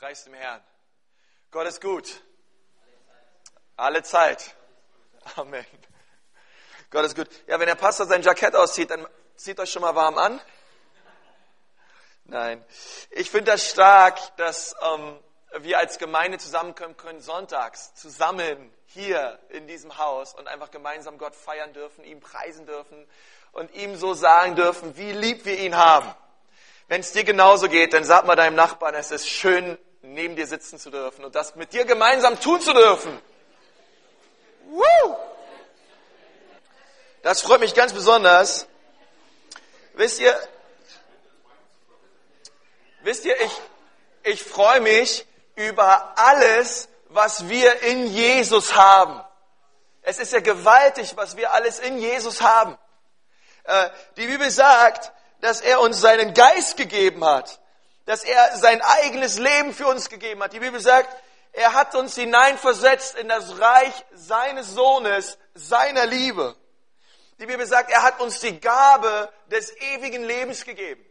Preis dem Herrn. Gott ist gut. Alle Zeit. Amen. Gott ist gut. Ja, wenn der Pastor sein Jackett auszieht, dann zieht euch schon mal warm an. Nein. Ich finde das stark, dass wir als Gemeinde zusammenkommen können, sonntags zusammen hier in diesem Haus und einfach gemeinsam Gott feiern dürfen, ihm preisen dürfen und ihm so sagen dürfen, wie lieb wir ihn haben. Wenn es dir genauso geht, dann sag mal deinem Nachbarn, es ist schön, neben dir sitzen zu dürfen und das mit dir gemeinsam tun zu dürfen. Woo! Das freut mich ganz besonders. Wisst ihr, ich freue mich über alles, was wir in Jesus haben. Es ist ja gewaltig, was wir alles in Jesus haben. Die Bibel sagt, dass er uns seinen Geist gegeben hat, dass er sein eigenes Leben für uns gegeben hat. Die Bibel sagt, er hat uns hineinversetzt in das Reich seines Sohnes, seiner Liebe. Die Bibel sagt, er hat uns die Gabe des ewigen Lebens gegeben.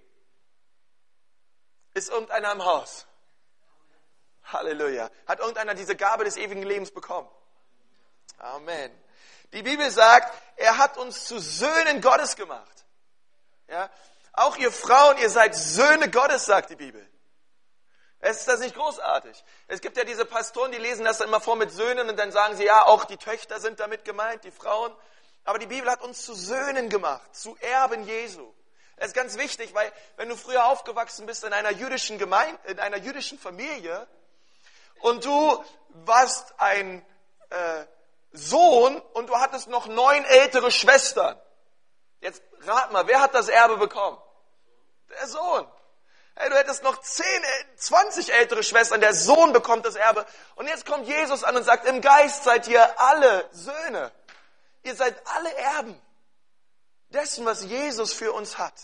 Ist irgendeiner im Haus? Halleluja. Hat irgendeiner diese Gabe des ewigen Lebens bekommen? Amen. Die Bibel sagt, er hat uns zu Söhnen Gottes gemacht. Ja? Auch ihr Frauen, ihr seid Söhne Gottes, sagt die Bibel. Ist das nicht großartig? Es gibt ja diese Pastoren, die lesen das dann immer vor mit Söhnen und dann sagen sie, ja, auch die Töchter sind damit gemeint, die Frauen. Aber die Bibel hat uns zu Söhnen gemacht, zu Erben Jesu. Das ist ganz wichtig, weil wenn du früher aufgewachsen bist in einer jüdischen Gemeinde, in einer jüdischen Familie und du warst ein Sohn und du hattest noch 9 ältere Schwestern. Jetzt rat mal, wer hat das Erbe bekommen? Der Sohn. Hey, du hättest noch 10, 20 ältere Schwestern, der Sohn bekommt das Erbe. Und jetzt kommt Jesus an und sagt, im Geist seid ihr alle Söhne. Ihr seid alle Erben dessen, was Jesus für uns hat.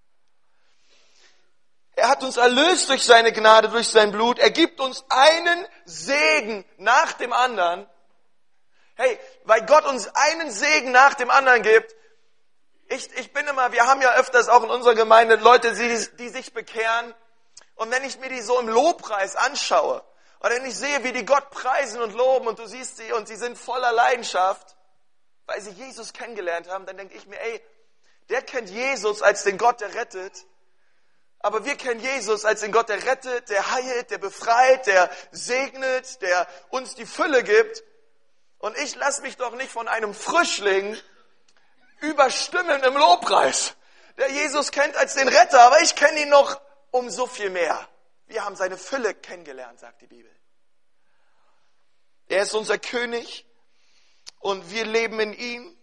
Er hat uns erlöst durch seine Gnade, durch sein Blut. Er gibt uns einen Segen nach dem anderen. Hey, weil Gott uns einen Segen nach dem anderen gibt. Wir haben ja öfters auch in unserer Gemeinde Leute, die sich bekehren. Und wenn ich mir die so im Lobpreis anschaue, oder wenn ich sehe, wie die Gott preisen und loben und du siehst sie und sie sind voller Leidenschaft, weil sie Jesus kennengelernt haben, dann denke ich mir, der kennt Jesus als den Gott, der rettet. Aber wir kennen Jesus als den Gott, der rettet, der heilt, der befreit, der segnet, der uns die Fülle gibt. Und ich lasse mich doch nicht von einem Frischling überstimmen im Lobpreis, der Jesus kennt als den Retter, aber ich kenne ihn noch um so viel mehr. Wir haben seine Fülle kennengelernt, sagt die Bibel. Er ist unser König und wir leben in ihm.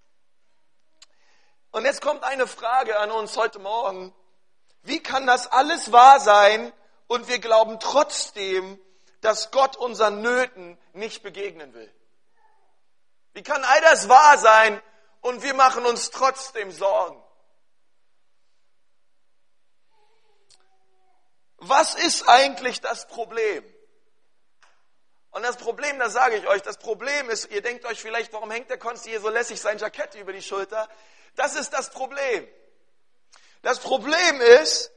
Und jetzt kommt eine Frage an uns heute Morgen. Wie kann das alles wahr sein und wir glauben trotzdem, dass Gott unseren Nöten nicht begegnen will? Wie kann all das wahr sein und wir machen uns trotzdem Sorgen? Was ist eigentlich das Problem? Und das Problem, das sage ich euch, das Problem ist, ihr denkt euch vielleicht, warum hängt der Konsti hier so lässig sein Jackett über die Schulter? Das ist das Problem. Das Problem ist,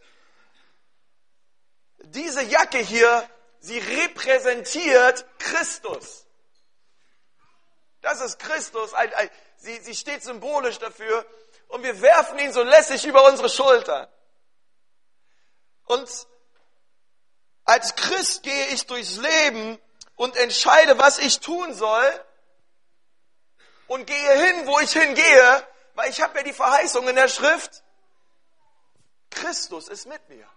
diese Jacke hier, sie repräsentiert Christus. Das ist Christus, sie steht symbolisch dafür und wir werfen ihn so lässig über unsere Schultern. Und als Christ gehe ich durchs Leben und entscheide, was ich tun soll und gehe hin, wo ich hingehe, weil ich habe ja die Verheißung in der Schrift, Christus ist mit mir.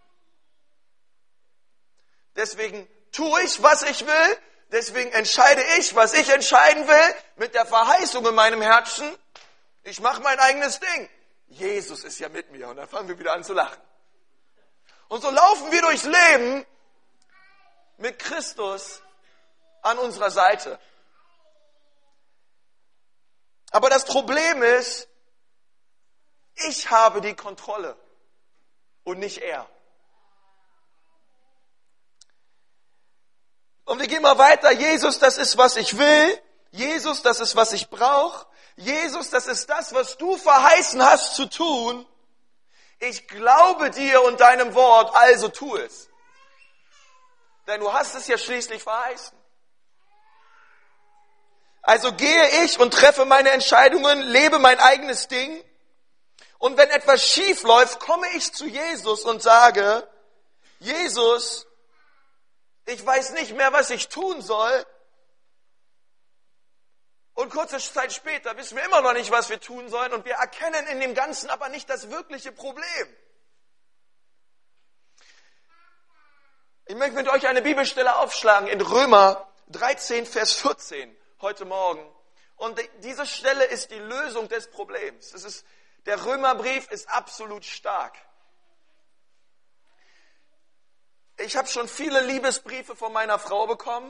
Deswegen tue ich, was ich will, deswegen entscheide ich, was ich entscheiden will, mit der Verheißung in meinem Herzen, ich mache mein eigenes Ding. Jesus ist ja mit mir und dann fangen wir wieder an zu lachen. Und so laufen wir durchs Leben mit Christus an unserer Seite. Aber das Problem ist, ich habe die Kontrolle und nicht er. Und wir gehen mal weiter. Jesus, das ist, was ich will. Jesus, das ist, was ich brauche. Jesus, das ist das, was du verheißen hast zu tun. Ich glaube dir und deinem Wort, also tu es. Denn du hast es ja schließlich verheißen. Also gehe ich und treffe meine Entscheidungen, lebe mein eigenes Ding. Und wenn etwas schief läuft, komme ich zu Jesus und sage, Jesus, ich weiß nicht mehr, was ich tun soll. Und kurze Zeit später wissen wir immer noch nicht, was wir tun sollen. Und wir erkennen in dem Ganzen aber nicht das wirkliche Problem. Ich möchte mit euch eine Bibelstelle aufschlagen in Römer 13, Vers 14 heute Morgen. Und diese Stelle ist die Lösung des Problems. Der Römerbrief ist absolut stark. Ich habe schon viele Liebesbriefe von meiner Frau bekommen.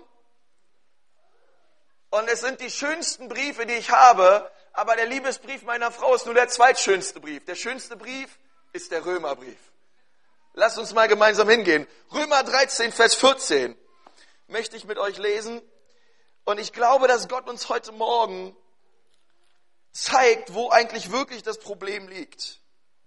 Und es sind die schönsten Briefe, die ich habe. Aber der Liebesbrief meiner Frau ist nur der zweitschönste Brief. Der schönste Brief ist der Römerbrief. Lasst uns mal gemeinsam hingehen. Römer 13, Vers 14 möchte ich mit euch lesen. Und ich glaube, dass Gott uns heute Morgen zeigt, wo eigentlich wirklich das Problem liegt.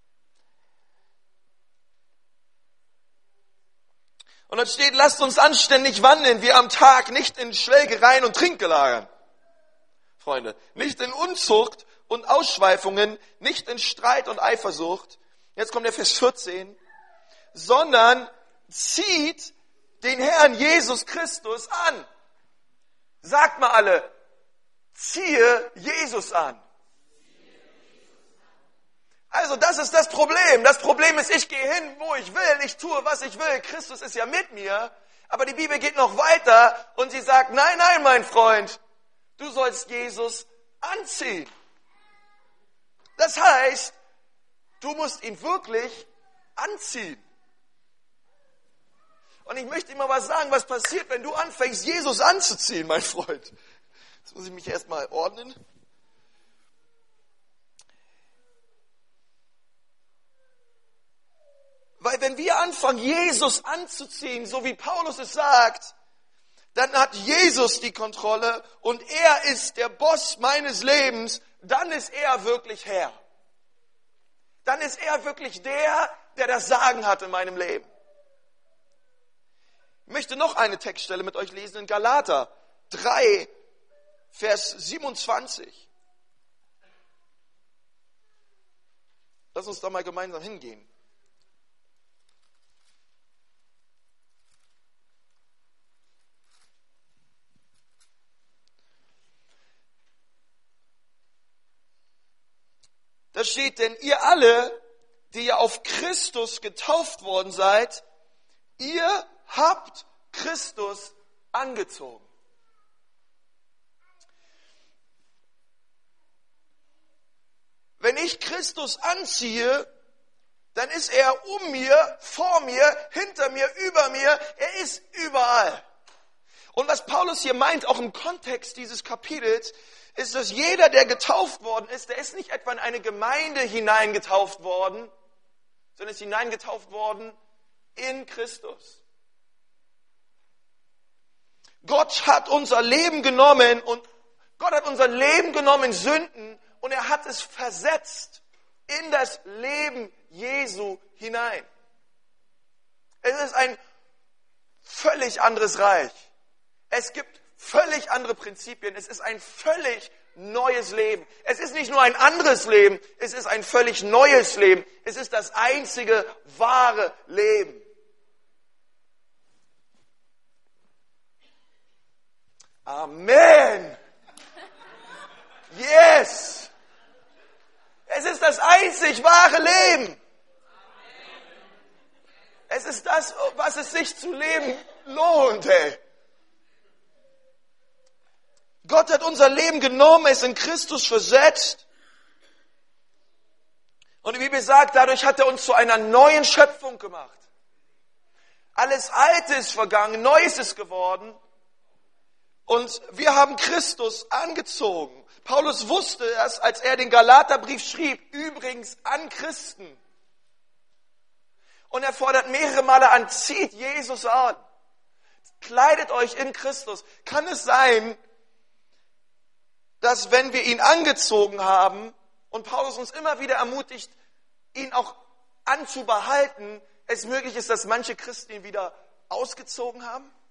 Und dort steht, lasst uns anständig wandeln, wie am Tag, nicht in Schwelgereien und Trinkgelagern. Freunde, nicht in Unzucht und Ausschweifungen, nicht in Streit und Eifersucht. Jetzt kommt der Vers 14. Sondern zieht den Herrn Jesus Christus an. Sagt mal alle, ziehe Jesus an. Also das ist das Problem. Das Problem ist, ich gehe hin, wo ich will, ich tue, was ich will. Christus ist ja mit mir. Aber die Bibel geht noch weiter und sie sagt, nein, nein, mein Freund, du sollst Jesus anziehen. Das heißt, du musst ihn wirklich anziehen. Und ich möchte dir mal was sagen, was passiert, wenn du anfängst, Jesus anzuziehen, mein Freund. Jetzt muss ich mich erstmal ordnen. Weil wenn wir anfangen, Jesus anzuziehen, so wie Paulus es sagt, dann hat Jesus die Kontrolle und er ist der Boss meines Lebens, dann ist er wirklich Herr. Dann ist er wirklich der das Sagen hat in meinem Leben. Ich möchte noch eine Textstelle mit euch lesen in Galater 3, Vers 27. Lass uns da mal gemeinsam hingehen. Da steht, denn ihr alle, die ihr auf Christus getauft worden seid, ihr habt Christus angezogen. Wenn ich Christus anziehe, dann ist er um mir, vor mir, hinter mir, über mir. Er ist überall. Und was Paulus hier meint, auch im Kontext dieses Kapitels, ist, dass jeder, der getauft worden ist, der ist nicht etwa in eine Gemeinde hineingetauft worden, sondern ist hineingetauft worden in Christus. Gott hat unser Leben genommen und Gott hat unser Leben genommen in Sünden und er hat es versetzt in das Leben Jesu hinein. Es ist ein völlig anderes Reich. Es gibt völlig andere Prinzipien. Es ist ein völlig neues Leben. Es ist nicht nur ein anderes Leben, es ist ein völlig neues Leben. Es ist das einzige wahre Leben. Amen. Yes. Es ist das einzig wahre Leben. Es ist das, was es sich zu leben lohnt, ey. Gott hat unser Leben genommen, es in Christus versetzt. Und die Bibel sagt, dadurch hat er uns zu einer neuen Schöpfung gemacht. Alles Alte ist vergangen, Neues ist geworden. Und wir haben Christus angezogen. Paulus wusste es, als er den Galaterbrief schrieb, übrigens an Christen. Und er fordert mehrere Male an, zieht Jesus an. Kleidet euch in Christus. Kann es sein, dass wenn wir ihn angezogen haben und Paulus uns immer wieder ermutigt, ihn auch anzubehalten, es möglich ist, dass manche Christen ihn wieder ausgezogen haben?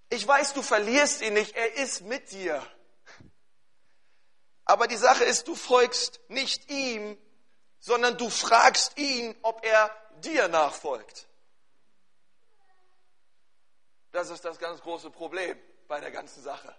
Ich weiß, du verlierst ihn nicht, er ist mit dir. Aber die Sache ist, du folgst nicht ihm, sondern du fragst ihn, ob er dir nachfolgt. Das ist das ganz große Problem bei der ganzen Sache.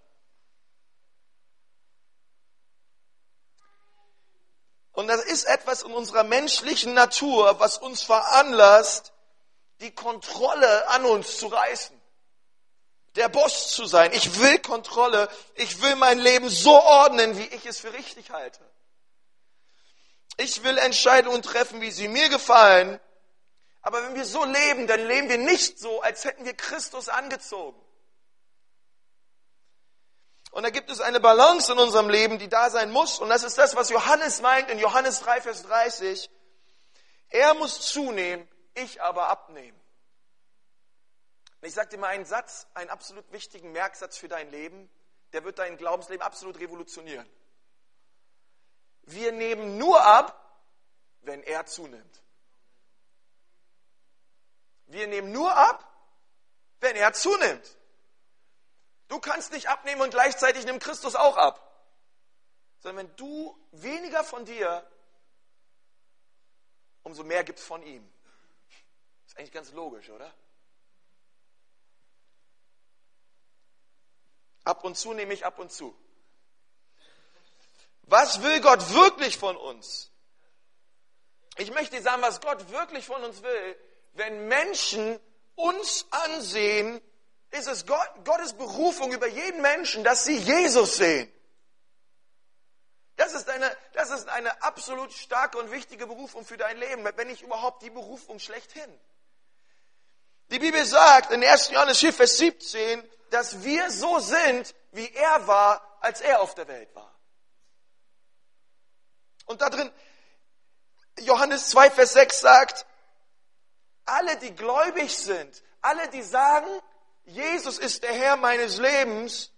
Und das ist etwas in unserer menschlichen Natur, was uns veranlasst, die Kontrolle an uns zu reißen. Der Boss zu sein. Ich will Kontrolle. Ich will mein Leben so ordnen, wie ich es für richtig halte. Ich will Entscheidungen treffen, wie sie mir gefallen. Aber wenn wir so leben, dann leben wir nicht so, als hätten wir Christus angezogen. Und da gibt es eine Balance in unserem Leben, die da sein muss. Und das ist das, was Johannes meint in Johannes 3, Vers 30. Er muss zunehmen, ich aber abnehmen. Und ich sage dir mal einen Satz, einen absolut wichtigen Merksatz für dein Leben, der wird dein Glaubensleben absolut revolutionieren. Wir nehmen nur ab, wenn er zunimmt. Wir nehmen nur ab, wenn er zunimmt. Du kannst nicht abnehmen und gleichzeitig nimmt Christus auch ab. Sondern wenn du weniger von dir, umso mehr gibt es von ihm. Ist eigentlich ganz logisch, oder? Ab und zu nehme ich ab und zu. Was will Gott wirklich von uns? Ich möchte dir sagen, was Gott wirklich von uns will. Wenn Menschen uns ansehen, ist es Gottes Berufung über jeden Menschen, dass sie Jesus sehen. Das ist eine absolut starke und wichtige Berufung für dein Leben, wenn nicht überhaupt die Berufung schlechthin. Die Bibel sagt in 1. Johannes 4, Vers 17, dass wir so sind, wie er war, als er auf der Welt war. Und da drin, Johannes 2, Vers 6 sagt, alle, die gläubig sind, alle, die sagen, Jesus ist der Herr meines Lebens,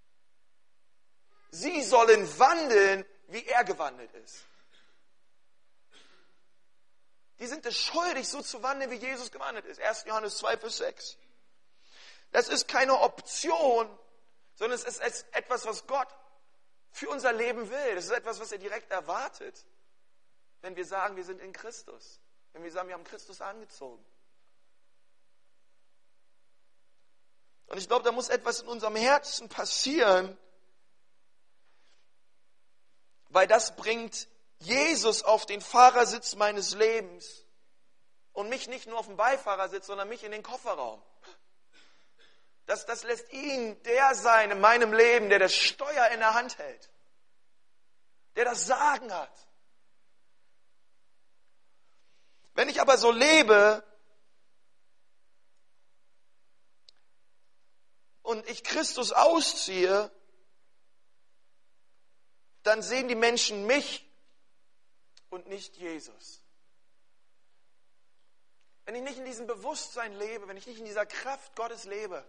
sie sollen wandeln, wie er gewandelt ist. Die sind es schuldig, so zu wandeln, wie Jesus gewandelt ist. 1. Johannes 2, Vers 6. Das ist keine Option, sondern es ist etwas, was Gott für unser Leben will. Das ist etwas, was er direkt erwartet, wenn wir sagen, wir sind in Christus. Wenn wir sagen, wir haben Christus angezogen. Und ich glaube, da muss etwas in unserem Herzen passieren, weil das bringt Jesus auf den Fahrersitz meines Lebens und mich nicht nur auf den Beifahrersitz, sondern mich in den Kofferraum. Das lässt ihn der sein in meinem Leben, der das Steuer in der Hand hält, der das Sagen hat. Wenn ich aber so lebe und ich Christus ausziehe, dann sehen die Menschen mich und nicht Jesus. Wenn ich nicht in diesem Bewusstsein lebe, wenn ich nicht in dieser Kraft Gottes lebe,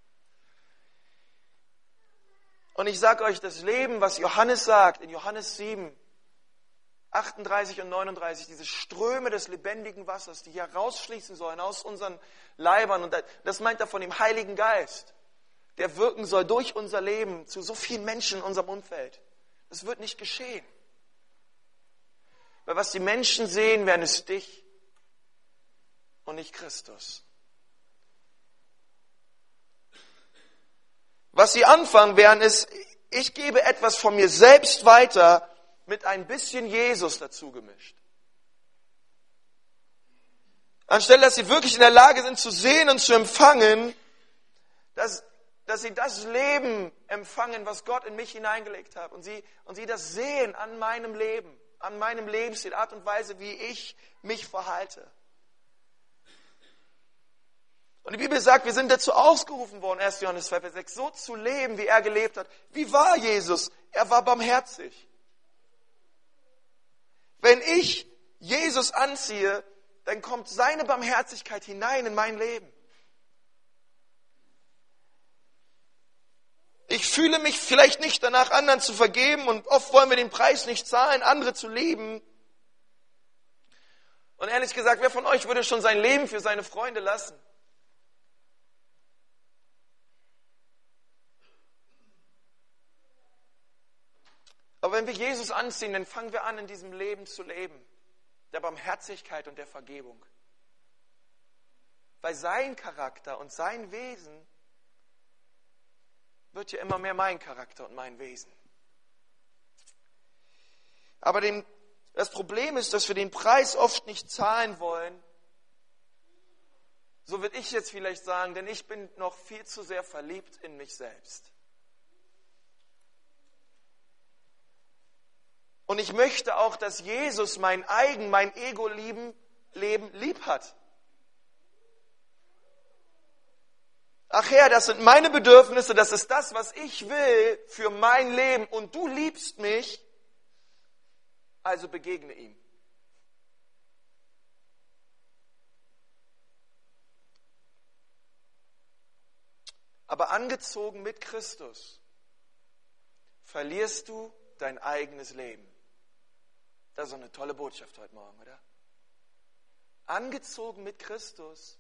und ich sage euch, das Leben, was Johannes sagt, in Johannes 7, 38 und 39, diese Ströme des lebendigen Wassers, die hier rausfließen sollen aus unseren Leibern, und das meint er von dem Heiligen Geist, der wirken soll durch unser Leben zu so vielen Menschen in unserem Umfeld. Das wird nicht geschehen. Weil was die Menschen sehen, werden es dich und nicht Christus. Was sie anfangen werden, ist, ich gebe etwas von mir selbst weiter mit ein bisschen Jesus dazu gemischt. Anstelle, dass sie wirklich in der Lage sind zu sehen und zu empfangen, dass sie das Leben empfangen, was Gott in mich hineingelegt hat. Und sie das sehen an meinem Leben, an meinem Lebensstil, Art und Weise, wie ich mich verhalte. Und die Bibel sagt, wir sind dazu aufgerufen worden, 1. Johannes 2, Vers 6, so zu leben, wie er gelebt hat. Wie war Jesus? Er war barmherzig. Wenn ich Jesus anziehe, dann kommt seine Barmherzigkeit hinein in mein Leben. Ich fühle mich vielleicht nicht danach, anderen zu vergeben, und oft wollen wir den Preis nicht zahlen, andere zu lieben. Und ehrlich gesagt, wer von euch würde schon sein Leben für seine Freunde lassen? wenn wir Jesus anziehen, dann fangen wir an, in diesem Leben zu leben. Der Barmherzigkeit und der Vergebung. Weil sein Charakter und sein Wesen wird ja immer mehr mein Charakter und mein Wesen. Aber das Problem ist, dass wir den Preis oft nicht zahlen wollen. So würde ich jetzt vielleicht sagen, denn ich bin noch viel zu sehr verliebt in mich selbst. Und ich möchte auch, dass Jesus mein Ego-Leben lieb hat. Ach Herr, das sind meine Bedürfnisse, das ist das, was ich will für mein Leben. Und du liebst mich, also begegne ihm. Aber angezogen mit Christus verlierst du dein eigenes Leben. Das ist so eine tolle Botschaft heute Morgen, oder? Angezogen mit Christus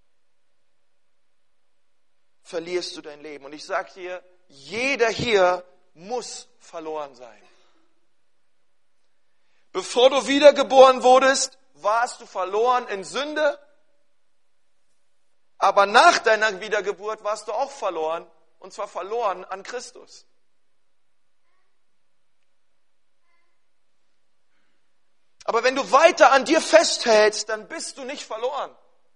verlierst du dein Leben. Und ich sage dir, jeder hier muss verloren sein. Bevor du wiedergeboren wurdest, warst du verloren in Sünde. Aber nach deiner Wiedergeburt warst du auch verloren. Und zwar verloren an Christus. Aber wenn du weiter an dir festhältst, dann bist du nicht verloren.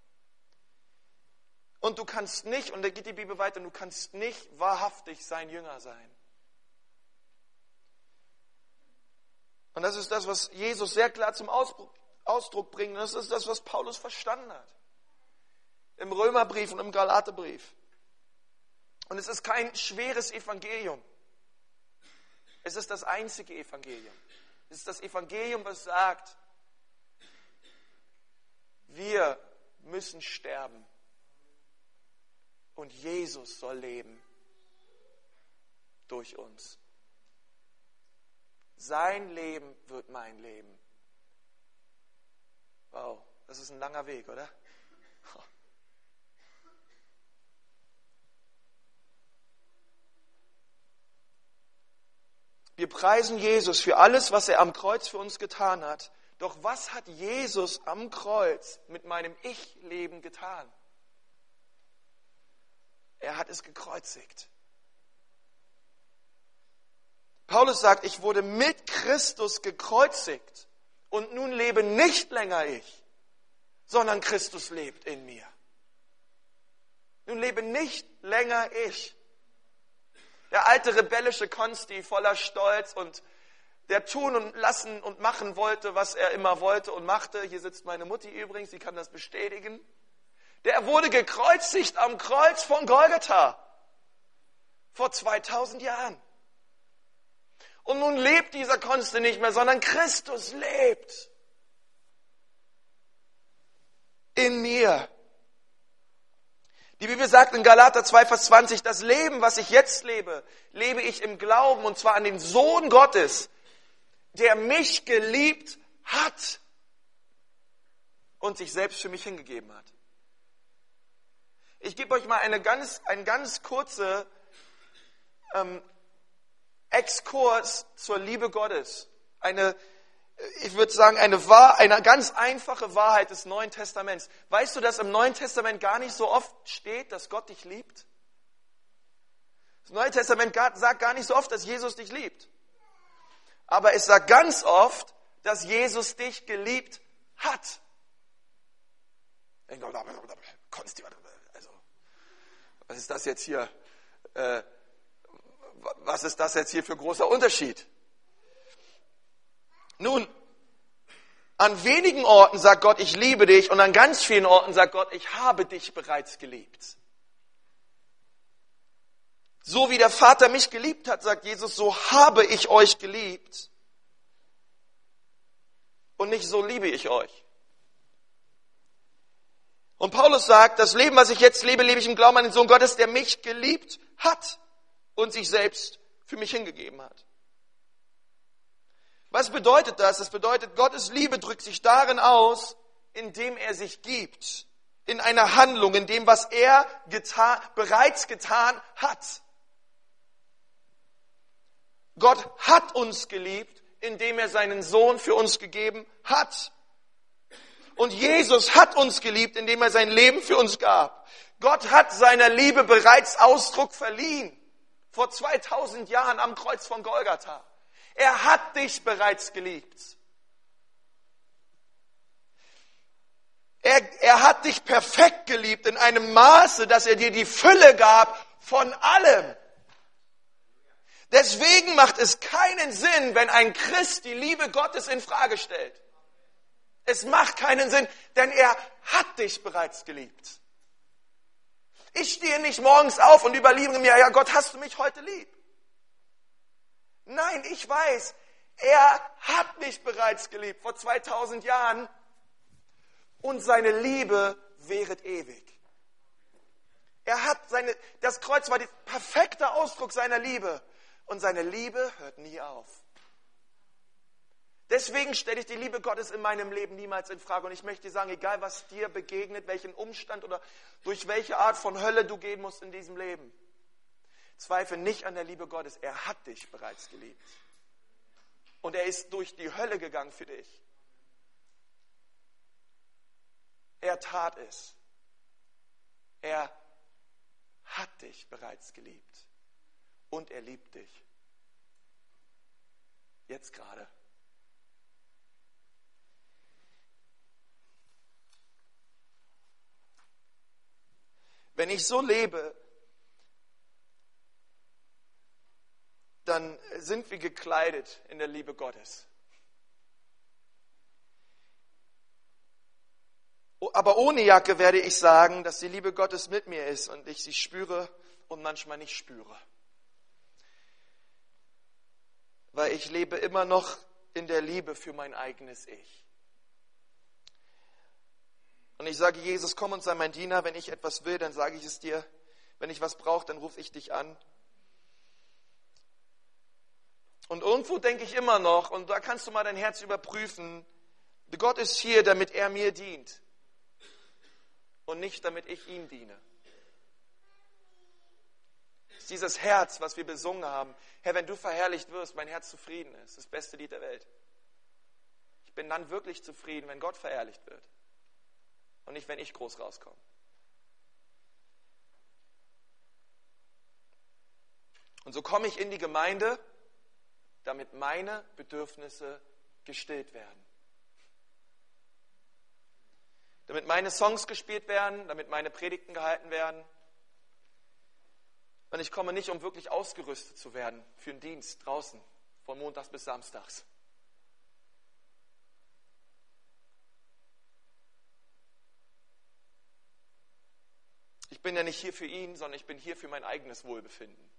Und du kannst nicht, und da geht die Bibel weiter, du kannst nicht wahrhaftig sein Jünger sein. Und das ist das, was Jesus sehr klar zum Ausdruck bringt. Und das ist das, was Paulus verstanden hat. Im Römerbrief und im Galaterbrief. Und es ist kein schweres Evangelium. Es ist das einzige Evangelium. Es ist das Evangelium, was sagt, wir müssen sterben. Und Jesus soll leben durch uns. Sein Leben wird mein Leben. Wow, das ist ein langer Weg, oder? Wir preisen Jesus für alles, was er am Kreuz für uns getan hat. Doch was hat Jesus am Kreuz mit meinem Ich-Leben getan? Er hat es gekreuzigt. Paulus sagt, ich wurde mit Christus gekreuzigt und nun lebe nicht länger ich, sondern Christus lebt in mir. Nun lebe nicht länger ich. Der alte rebellische Konsti voller Stolz und der tun und lassen und machen wollte, was er immer wollte und machte. Hier sitzt meine Mutti übrigens, sie kann das bestätigen. Der wurde gekreuzigt am Kreuz von Golgatha vor 2000 Jahren. Und nun lebt dieser Konsti nicht mehr, sondern Christus lebt in mir. Die Bibel sagt in Galater 2, Vers 20, das Leben, was ich jetzt lebe, lebe ich im Glauben und zwar an den Sohn Gottes, der mich geliebt hat und sich selbst für mich hingegeben hat. Ich gebe euch mal eine ganz kurze Exkurs zur Liebe Gottes. Ich würde sagen, eine ganz einfache Wahrheit des Neuen Testaments. Weißt du, dass im Neuen Testament gar nicht so oft steht, dass Gott dich liebt? Das Neue Testament sagt gar nicht so oft, dass Jesus dich liebt. Aber es sagt ganz oft, dass Jesus dich geliebt hat. Also, was ist das jetzt hier? Was ist das jetzt hier für ein großer Unterschied? Nun, an wenigen Orten sagt Gott, ich liebe dich, und an ganz vielen Orten sagt Gott, ich habe dich bereits geliebt. So wie der Vater mich geliebt hat, sagt Jesus, so habe ich euch geliebt. Und nicht so liebe ich euch. Und Paulus sagt, das Leben, was ich jetzt lebe, lebe ich im Glauben an den Sohn Gottes, der mich geliebt hat und sich selbst für mich hingegeben hat. Was bedeutet das? Das bedeutet, Gottes Liebe drückt sich darin aus, indem er sich gibt. In einer Handlung, in dem, was er bereits getan hat. Gott hat uns geliebt, indem er seinen Sohn für uns gegeben hat. Und Jesus hat uns geliebt, indem er sein Leben für uns gab. Gott hat seiner Liebe bereits Ausdruck verliehen. Vor 2000 Jahren am Kreuz von Golgatha. Er hat dich bereits geliebt. Er hat dich perfekt geliebt in einem Maße, dass er dir die Fülle gab von allem. Deswegen macht es keinen Sinn, wenn ein Christ die Liebe Gottes in Frage stellt. Es macht keinen Sinn, denn er hat dich bereits geliebt. Ich stehe nicht morgens auf und überlege mir, ja Gott, hast du mich heute lieb? Nein, ich weiß, er hat mich bereits geliebt vor 2000 Jahren und seine Liebe währet ewig. Das Kreuz war der perfekte Ausdruck seiner Liebe und seine Liebe hört nie auf. Deswegen stelle ich die Liebe Gottes in meinem Leben niemals in Frage. Und ich möchte dir sagen, egal was dir begegnet, welchen Umstand oder durch welche Art von Hölle du gehen musst in diesem Leben, zweifle nicht an der Liebe Gottes. Er hat dich bereits geliebt. Und er ist durch die Hölle gegangen für dich. Er tat es. Er hat dich bereits geliebt. Und er liebt dich. Jetzt gerade. Wenn ich so lebe, dann sind wir gekleidet in der Liebe Gottes. Aber ohne Jacke werde ich sagen, dass die Liebe Gottes mit mir ist und ich sie spüre und manchmal nicht spüre. Weil ich lebe immer noch in der Liebe für mein eigenes Ich. Und ich sage, Jesus, komm und sei mein Diener. Wenn ich etwas will, dann sage ich es dir. Wenn ich was brauche, dann rufe ich dich an. Und irgendwo denke ich immer noch, und da kannst du mal dein Herz überprüfen, Gott ist hier, damit er mir dient. Und nicht, damit ich ihm diene. Das ist dieses Herz, was wir besungen haben. Herr, wenn du verherrlicht wirst, mein Herz zufrieden ist. Das beste Lied der Welt. Ich bin dann wirklich zufrieden, wenn Gott verherrlicht wird. Und nicht, wenn ich groß rauskomme. Und so komme ich in die Gemeinde, damit meine Bedürfnisse gestillt werden. Damit meine Songs gespielt werden, damit meine Predigten gehalten werden. Und ich komme nicht, um wirklich ausgerüstet zu werden für einen Dienst draußen, von montags bis samstags. Ich bin ja nicht hier für ihn, sondern ich bin hier für mein eigenes Wohlbefinden.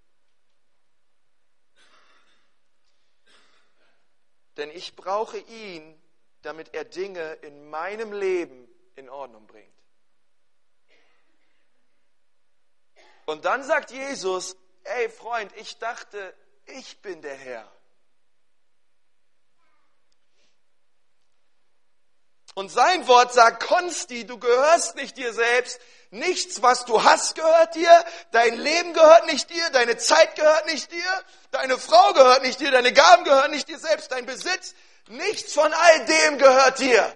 Denn ich brauche ihn, damit er Dinge in meinem Leben in Ordnung bringt. Und dann sagt Jesus, ey Freund, ich dachte, ich bin der Herr. Und sein Wort sagt, Konsti, du gehörst nicht dir selbst. Nichts, was du hast, gehört dir. Dein Leben gehört nicht dir. Deine Zeit gehört nicht dir. Deine Frau gehört nicht dir. Deine Gaben gehören nicht dir selbst. Dein Besitz, nichts von all dem gehört dir.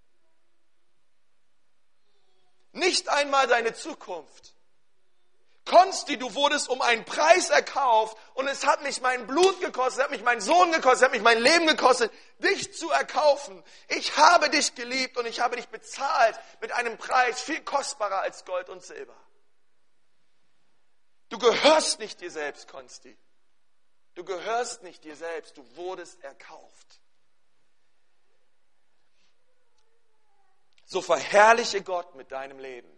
Nicht einmal deine Zukunft. Konsti, du wurdest um einen Preis erkauft und es hat mich mein Blut gekostet, es hat mich meinen Sohn gekostet, es hat mich mein Leben gekostet, dich zu erkaufen. Ich habe dich geliebt und ich habe dich bezahlt mit einem Preis viel kostbarer als Gold und Silber. Du gehörst nicht dir selbst, Konsti. Du gehörst nicht dir selbst, du wurdest erkauft. So verherrliche Gott mit deinem Leben.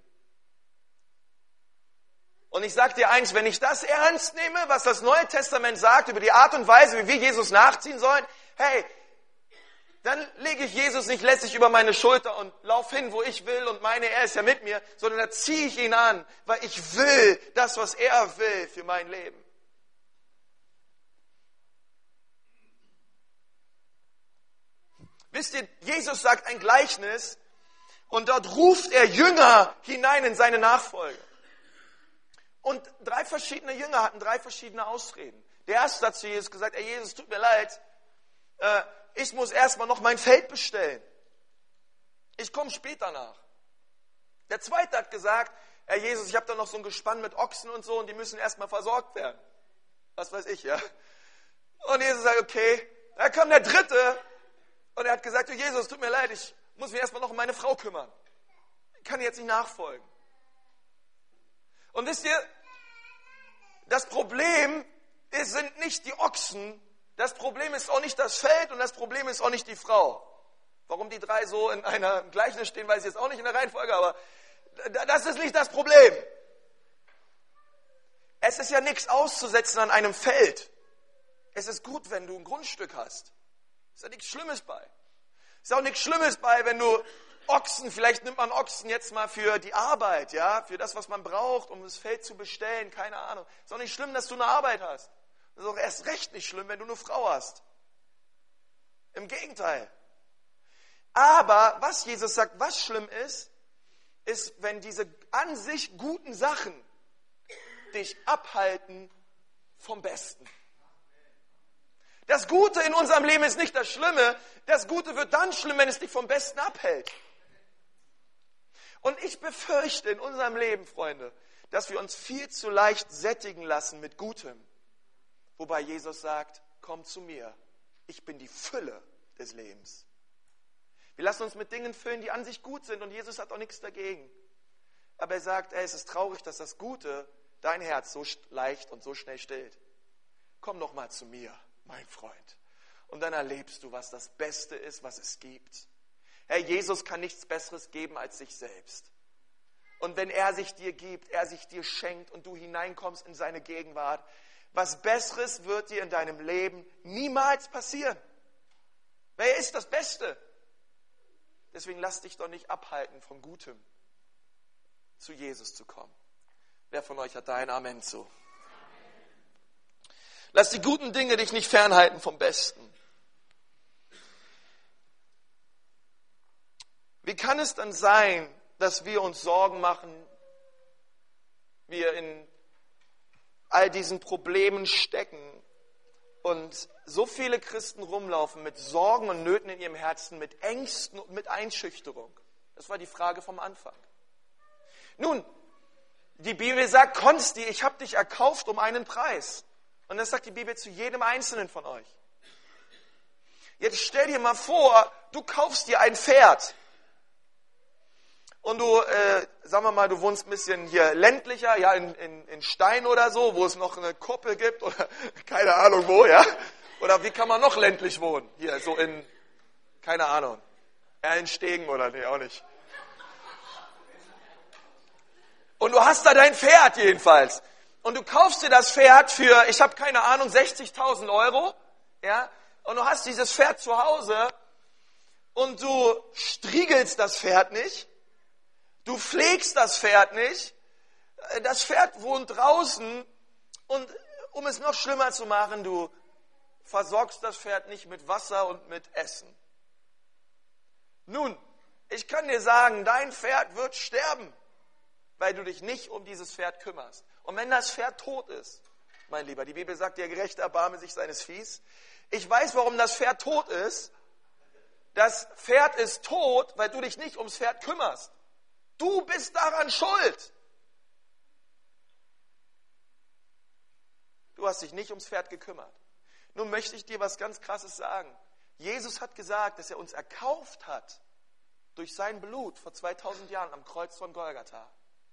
Und ich sage dir eins, wenn ich das ernst nehme, was das Neue Testament sagt über die Art und Weise, wie wir Jesus nachziehen sollen, hey, dann lege ich Jesus nicht lässig über meine Schulter und laufe hin, wo ich will und meine, er ist ja mit mir, sondern da ziehe ich ihn an, weil ich will das, was er will für mein Leben. Wisst ihr, Jesus sagt ein Gleichnis und dort ruft er Jünger hinein in seine Nachfolge. Und 3 verschiedene Jünger hatten 3 verschiedene Ausreden. Der erste hat zu Jesus gesagt, ey Jesus, tut mir leid, ich muss erstmal noch mein Feld bestellen. Ich komme später nach. Der zweite hat gesagt, Herr Jesus, ich habe da noch so ein Gespann mit Ochsen und so und die müssen erstmal versorgt werden. Was weiß ich, ja. Und Jesus sagt, okay. Da kam der dritte und er hat gesagt, oh Jesus, tut mir leid, ich muss mich erstmal noch um meine Frau kümmern. Ich kann jetzt nicht nachfolgen. Und wisst ihr, das Problem sind nicht die Ochsen, das Problem ist auch nicht das Feld und das Problem ist auch nicht die Frau. Warum die drei so in einer Gleichnis stehen, weiß ich jetzt auch nicht in der Reihenfolge, aber das ist nicht das Problem. Es ist ja nichts auszusetzen an einem Feld. Es ist gut, wenn du ein Grundstück hast. Ist ja nichts Schlimmes bei. Ist auch nichts Schlimmes bei, wenn du Ochsen, vielleicht nimmt man Ochsen jetzt mal für die Arbeit, ja, für das, was man braucht, um das Feld zu bestellen, keine Ahnung. Ist auch nicht schlimm, dass du eine Arbeit hast. Ist auch erst recht nicht schlimm, wenn du eine Frau hast. Im Gegenteil. Aber was Jesus sagt, was schlimm ist, wenn diese an sich guten Sachen dich abhalten vom Besten. Das Gute in unserem Leben ist nicht das Schlimme. Das Gute wird dann schlimm, wenn es dich vom Besten abhält. Und ich befürchte in unserem Leben, Freunde, dass wir uns viel zu leicht sättigen lassen mit Gutem. Wobei Jesus sagt, komm zu mir, ich bin die Fülle des Lebens. Wir lassen uns mit Dingen füllen, die an sich gut sind und Jesus hat auch nichts dagegen. Aber er sagt, es ist traurig, dass das Gute dein Herz so leicht und so schnell stillt. Komm doch mal zu mir, mein Freund. Und dann erlebst du, was das Beste ist, was es gibt. Herr, Jesus kann nichts Besseres geben als sich selbst. Und wenn er sich dir gibt, er sich dir schenkt und du hineinkommst in seine Gegenwart, was Besseres wird dir in deinem Leben niemals passieren. Weil er ist das Beste. Deswegen lass dich doch nicht abhalten von Gutem, zu Jesus zu kommen. Wer von euch hat da ein Amen zu? Lass die guten Dinge dich nicht fernhalten vom Besten. Wie kann es dann sein, dass wir uns Sorgen machen, wir in all diesen Problemen stecken und so viele Christen rumlaufen mit Sorgen und Nöten in ihrem Herzen, mit Ängsten und mit Einschüchterung? Das war die Frage vom Anfang. Nun, die Bibel sagt, Konsti, ich habe dich erkauft um einen Preis. Und das sagt die Bibel zu jedem Einzelnen von euch. Jetzt stell dir mal vor, du kaufst dir ein Pferd. Und du, sagen wir mal, du wohnst ein bisschen hier ländlicher, ja, in Stein oder so, wo es noch eine Kuppel gibt oder keine Ahnung wo, ja. Oder wie kann man noch ländlich wohnen? Hier, so in, keine Ahnung, in Stegen oder nee, auch nicht. Und du hast da dein Pferd jedenfalls. Und du kaufst dir das Pferd für, ich habe keine Ahnung, 60.000 €, ja. Und du hast dieses Pferd zu Hause und du striegelst das Pferd nicht. Du pflegst das Pferd nicht. Das Pferd wohnt draußen und um es noch schlimmer zu machen, du versorgst das Pferd nicht mit Wasser und mit Essen. Nun, ich kann dir sagen, dein Pferd wird sterben, weil du dich nicht um dieses Pferd kümmerst. Und wenn das Pferd tot ist, mein Lieber, die Bibel sagt, der Gerechte erbarme sich seines Viehs. Ich weiß, warum das Pferd tot ist. Das Pferd ist tot, weil du dich nicht ums Pferd kümmerst. Du bist daran schuld. Du hast dich nicht ums Pferd gekümmert. Nun möchte ich dir was ganz Krasses sagen. Jesus hat gesagt, dass er uns erkauft hat durch sein Blut vor 2000 Jahren am Kreuz von Golgatha.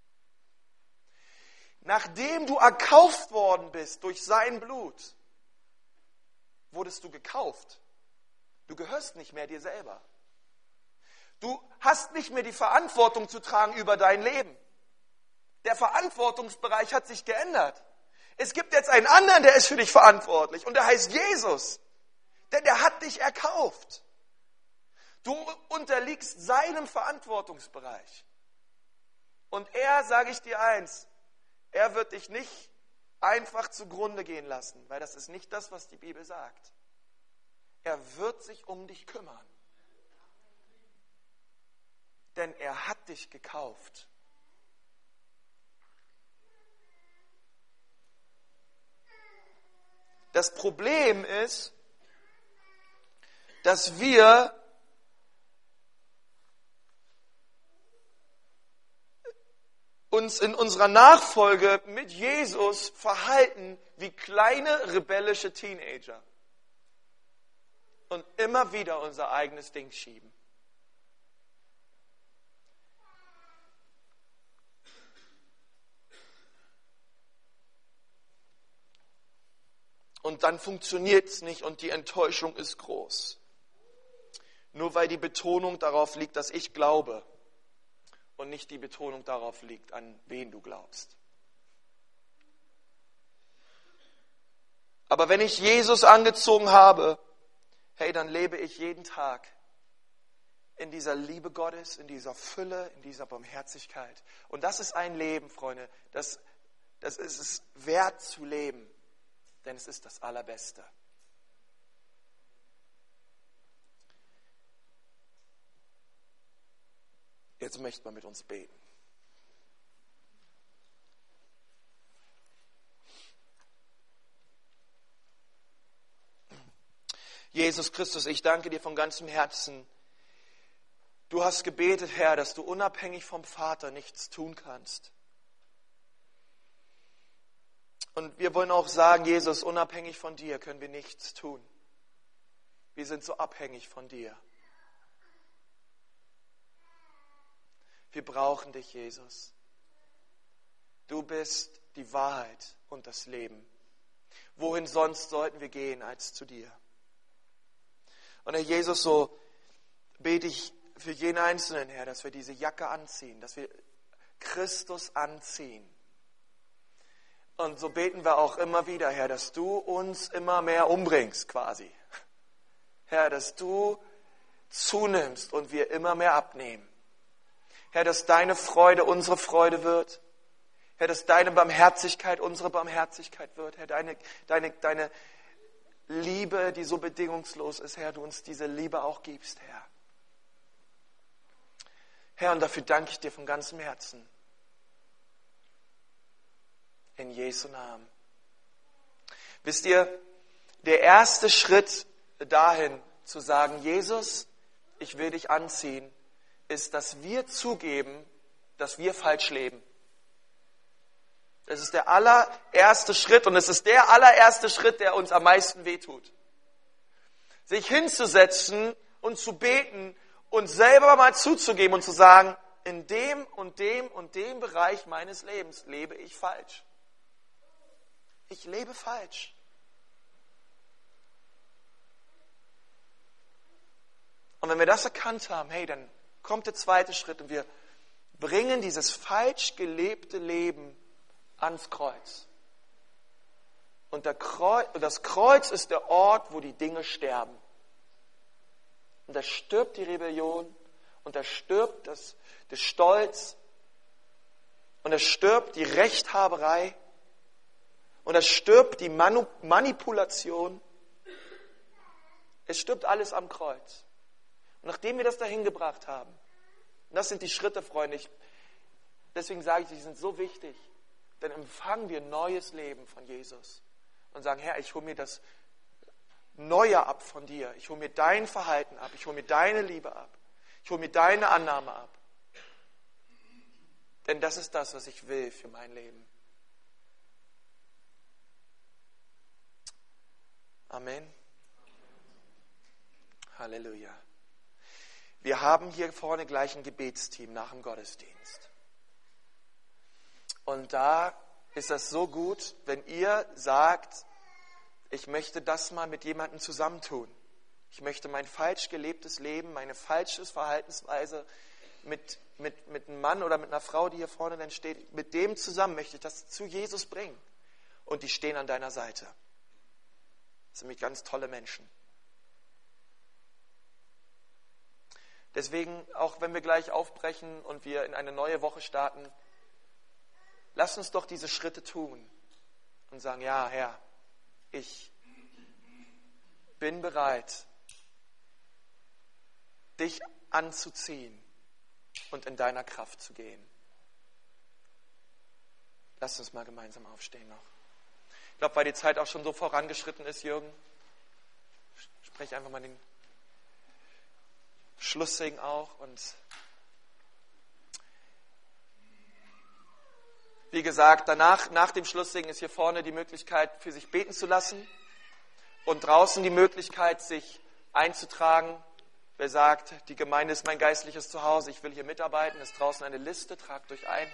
Nachdem du erkauft worden bist durch sein Blut, wurdest du gekauft. Du gehörst nicht mehr dir selber. Du hast nicht mehr die Verantwortung zu tragen über dein Leben. Der Verantwortungsbereich hat sich geändert. Es gibt jetzt einen anderen, der ist für dich verantwortlich und der heißt Jesus. Denn der hat dich erkauft. Du unterliegst seinem Verantwortungsbereich. Und er, sage ich dir eins, er wird dich nicht einfach zugrunde gehen lassen, weil das ist nicht das, was die Bibel sagt. Er wird sich um dich kümmern. Denn er hat dich gekauft. Das Problem ist, dass wir uns in unserer Nachfolge mit Jesus verhalten wie kleine rebellische Teenager und immer wieder unser eigenes Ding schieben. Und dann funktioniert es nicht und die Enttäuschung ist groß. Nur weil die Betonung darauf liegt, dass ich glaube und nicht die Betonung darauf liegt, an wen du glaubst. Aber wenn ich Jesus angezogen habe, hey, dann lebe ich jeden Tag in dieser Liebe Gottes, in dieser Fülle, in dieser Barmherzigkeit. Und das ist ein Leben, Freunde, das ist es wert zu leben, denn es ist das Allerbeste. Jetzt möchte man mit uns beten. Jesus Christus, ich danke dir von ganzem Herzen. Du hast gebetet, Herr, dass du unabhängig vom Vater nichts tun kannst. Und wir wollen auch sagen, Jesus, unabhängig von dir können wir nichts tun. Wir sind so abhängig von dir. Wir brauchen dich, Jesus. Du bist die Wahrheit und das Leben. Wohin sonst sollten wir gehen als zu dir? Und Herr Jesus, so bete ich für jeden Einzelnen, Herr, dass wir diese Jacke anziehen, dass wir Christus anziehen. Und so beten wir auch immer wieder, Herr, dass du uns immer mehr umbringst quasi. Herr, dass du zunimmst und wir immer mehr abnehmen. Herr, dass deine Freude unsere Freude wird. Herr, dass deine Barmherzigkeit unsere Barmherzigkeit wird. Herr, deine Liebe, die so bedingungslos ist, Herr, du uns diese Liebe auch gibst, Herr. Herr, und dafür danke ich dir von ganzem Herzen. In Jesu Namen. Wisst ihr, der erste Schritt dahin zu sagen, Jesus, ich will dich anziehen, ist, dass wir zugeben, dass wir falsch leben. Das ist der allererste Schritt und es ist der allererste Schritt, der uns am meisten wehtut. Sich hinzusetzen und zu beten und selber mal zuzugeben und zu sagen, in dem und dem und dem Bereich meines Lebens lebe ich falsch. Ich lebe falsch. Und wenn wir das erkannt haben, hey, dann kommt der zweite Schritt und wir bringen dieses falsch gelebte Leben ans Kreuz. Und das Kreuz ist der Ort, wo die Dinge sterben. Und da stirbt die Rebellion und da stirbt der Stolz und da stirbt die Rechthaberei und da stirbt die Manipulation. Es stirbt alles am Kreuz. Und nachdem wir das dahin gebracht haben, und das sind die Schritte, Freunde, deswegen sage ich, die sind so wichtig, dann empfangen wir neues Leben von Jesus und sagen, Herr, ich hole mir das Neue ab von dir. Ich hole mir dein Verhalten ab. Ich hole mir deine Liebe ab. Ich hole mir deine Annahme ab. Denn das ist das, was ich will für mein Leben. Amen. Halleluja. Wir haben hier vorne gleich ein Gebetsteam nach dem Gottesdienst. Und da ist das so gut, wenn ihr sagt, ich möchte das mal mit jemandem zusammentun. Ich möchte mein falsch gelebtes Leben, meine falsche Verhaltensweise mit einem Mann oder mit einer Frau, die hier vorne dann steht, mit dem zusammen möchte ich das zu Jesus bringen. Und die stehen an deiner Seite. Das sind nämlich ganz tolle Menschen. Deswegen, auch wenn wir gleich aufbrechen und wir in eine neue Woche starten, lasst uns doch diese Schritte tun und sagen, ja, Herr, ich bin bereit, dich anzuziehen und in deiner Kraft zu gehen. Lasst uns mal gemeinsam aufstehen noch. Ich glaube, weil die Zeit auch schon so vorangeschritten ist, Jürgen. Spreche einfach mal den Schlusssegen auch. Und wie gesagt, danach, nach dem Schlusssegen ist hier vorne die Möglichkeit, für sich beten zu lassen. Und draußen die Möglichkeit, sich einzutragen. Wer sagt, die Gemeinde ist mein geistliches Zuhause, ich will hier mitarbeiten, ist draußen eine Liste, tragt euch ein.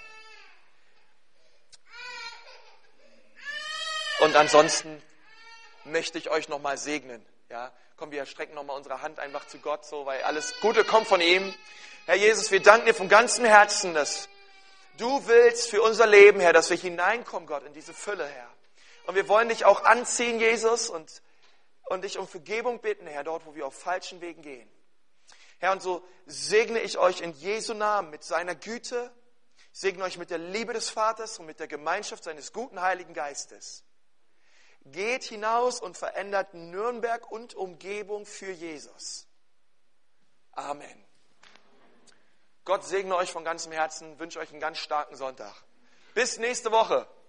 Und ansonsten möchte ich euch nochmal segnen. Ja, komm, wir strecken nochmal unsere Hand einfach zu Gott, so, weil alles Gute kommt von ihm. Herr Jesus, wir danken dir von ganzem Herzen, dass du willst für unser Leben, Herr, dass wir hineinkommen, Gott, in diese Fülle, Herr. Und wir wollen dich auch anziehen, Jesus, und dich um Vergebung bitten, Herr, dort, wo wir auf falschen Wegen gehen. Herr, und so segne ich euch in Jesu Namen mit seiner Güte, segne euch mit der Liebe des Vaters und mit der Gemeinschaft seines guten Heiligen Geistes. Geht hinaus und verändert Nürnberg und Umgebung für Jesus. Amen. Gott segne euch von ganzem Herzen, wünsche euch einen ganz starken Sonntag. Bis nächste Woche.